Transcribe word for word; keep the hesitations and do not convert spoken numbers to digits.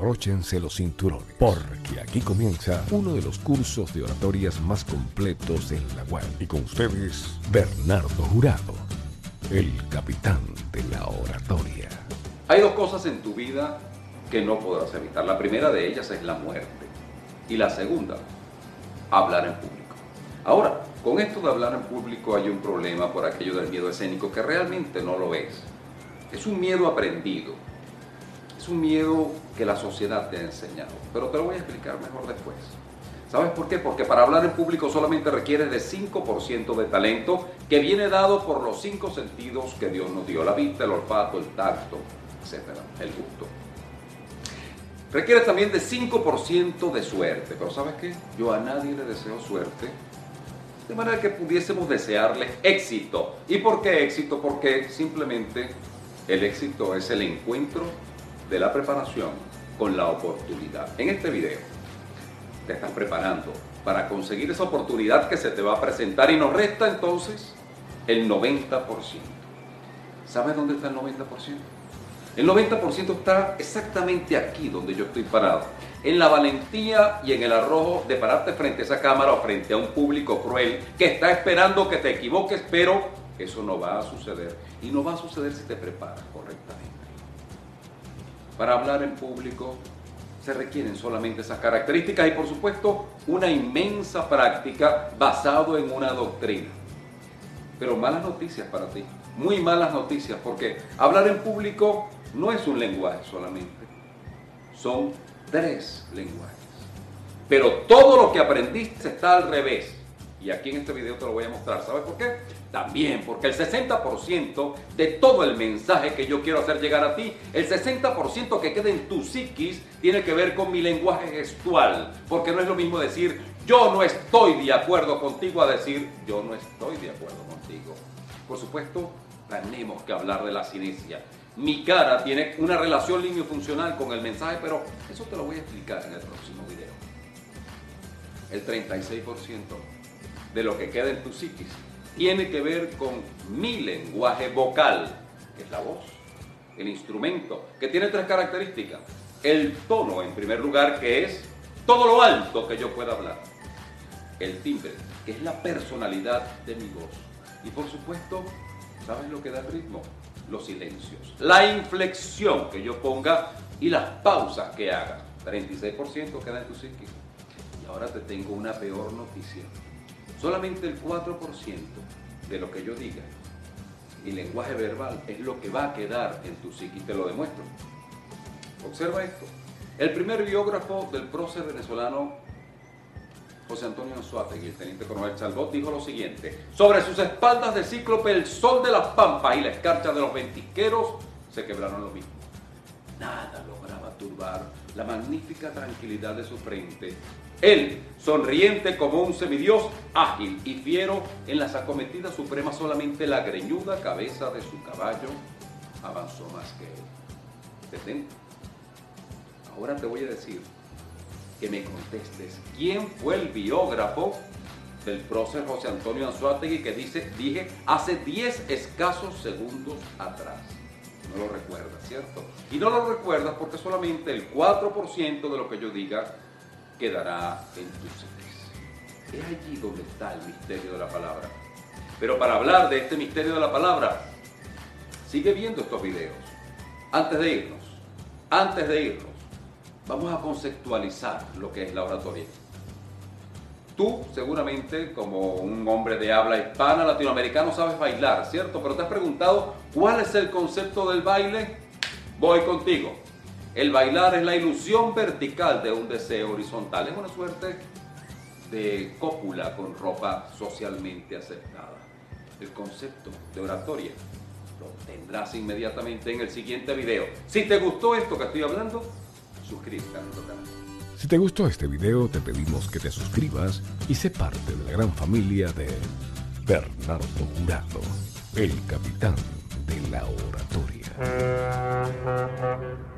abróchense los cinturones, porque aquí comienza uno de los cursos de oratorias más completos en la web. Y con ustedes, Bernardo Jurado, el capitán de la oratoria. Hay dos cosas en tu vida que no podrás evitar. La primera de ellas es la muerte. Y la segunda, hablar en público. Ahora, con esto de hablar en público hay un problema por aquello del miedo escénico que realmente no lo es. Es un miedo aprendido. Es un miedo que la sociedad te ha enseñado. Pero te lo voy a explicar mejor después. ¿Sabes por qué? Porque para hablar en público solamente requiere de cinco por ciento de talento que viene dado por los cinco sentidos que Dios nos dio. La vista, el olfato, el tacto, etcétera, el gusto. Requiere también de cinco por ciento de suerte. Pero ¿sabes qué? Yo a nadie le deseo suerte. De manera que pudiésemos desearle éxito. ¿Y por qué éxito? Porque simplemente el éxito es el encuentro de la preparación con la oportunidad. En este video te estás preparando para conseguir esa oportunidad que se te va a presentar y nos resta entonces el noventa por ciento. ¿Sabes dónde está el noventa por ciento? El noventa por ciento está exactamente aquí donde yo estoy parado, en la valentía y en el arrojo de pararte frente a esa cámara o frente a un público cruel que está esperando que te equivoques, pero eso no va a suceder. Y no va a suceder si te preparas correctamente. Para hablar en público se requieren solamente esas características y por supuesto una inmensa práctica basado en una doctrina. Pero malas noticias para ti, muy malas noticias, porque hablar en público no es un lenguaje solamente, son tres lenguajes. Pero todo lo que aprendiste está al revés. Y aquí en este video te lo voy a mostrar. ¿Sabes por qué? También porque el sesenta por ciento de todo el mensaje que yo quiero hacer llegar a ti, el sesenta por ciento que queda en tu psiquis, tiene que ver con mi lenguaje gestual. Porque no es lo mismo decir yo no estoy de acuerdo contigo a decir yo no estoy de acuerdo contigo. Por supuesto, tenemos que hablar de la cinesia. Mi cara tiene una relación lineofuncional con el mensaje, pero eso te lo voy a explicar en el próximo video. El treinta y seis por ciento de lo que queda en tu psiquis tiene que ver con mi lenguaje vocal, que es la voz, el instrumento, que tiene tres características. El tono, en primer lugar, que es todo lo alto que yo pueda hablar. El timbre, que es la personalidad de mi voz. Y por supuesto, ¿sabes lo que da el ritmo? Los silencios, la inflexión que yo ponga y las pausas que haga. treinta y seis por ciento queda en tu psiquis. Y ahora te tengo una peor noticia. Solamente el cuatro por ciento de lo que yo diga, mi lenguaje verbal, es lo que va a quedar en tu psiquis. Te lo demuestro. Observa esto. El primer biógrafo del prócer venezolano José Antonio Anzoátegui, el teniente coronel Chalbot, dijo lo siguiente: sobre sus espaldas de cíclope el sol de las pampas y la escarcha de los ventisqueros se quebraron lo mismo. Nada lograba turbar la magnífica tranquilidad de su frente. Él, sonriente como un semidios, ágil y fiero en las acometidas supremas, solamente la greñuda cabeza de su caballo avanzó más que él. Detente. Ahora te voy a decir que me contestes quién fue el biógrafo del prócer José Antonio Anzoátegui que dice, dije hace diez escasos segundos atrás. No lo recuerdas, ¿cierto? Y no lo recuerdas porque solamente el cuatro por ciento de lo que yo diga quedará en tu psiquis. Es allí donde está el misterio de la palabra. Pero para hablar de este misterio de la palabra, sigue viendo estos videos. Antes de irnos, antes de irnos, vamos a conceptualizar lo que es la oratoria. Tú, seguramente, como un hombre de habla hispana, latinoamericano, sabes bailar, ¿cierto? Pero te has preguntado, ¿cuál es el concepto del baile? Voy contigo. El bailar es la ilusión vertical de un deseo horizontal. Es una suerte de cópula con ropa socialmente aceptada. El concepto de oratoria lo tendrás inmediatamente en el siguiente video. Si te gustó esto que estoy hablando, suscríbete a nuestro canal. Si te gustó este video, te pedimos que te suscribas y sé parte de la gran familia de Bernardo Jurado, el capitán de la oratoria.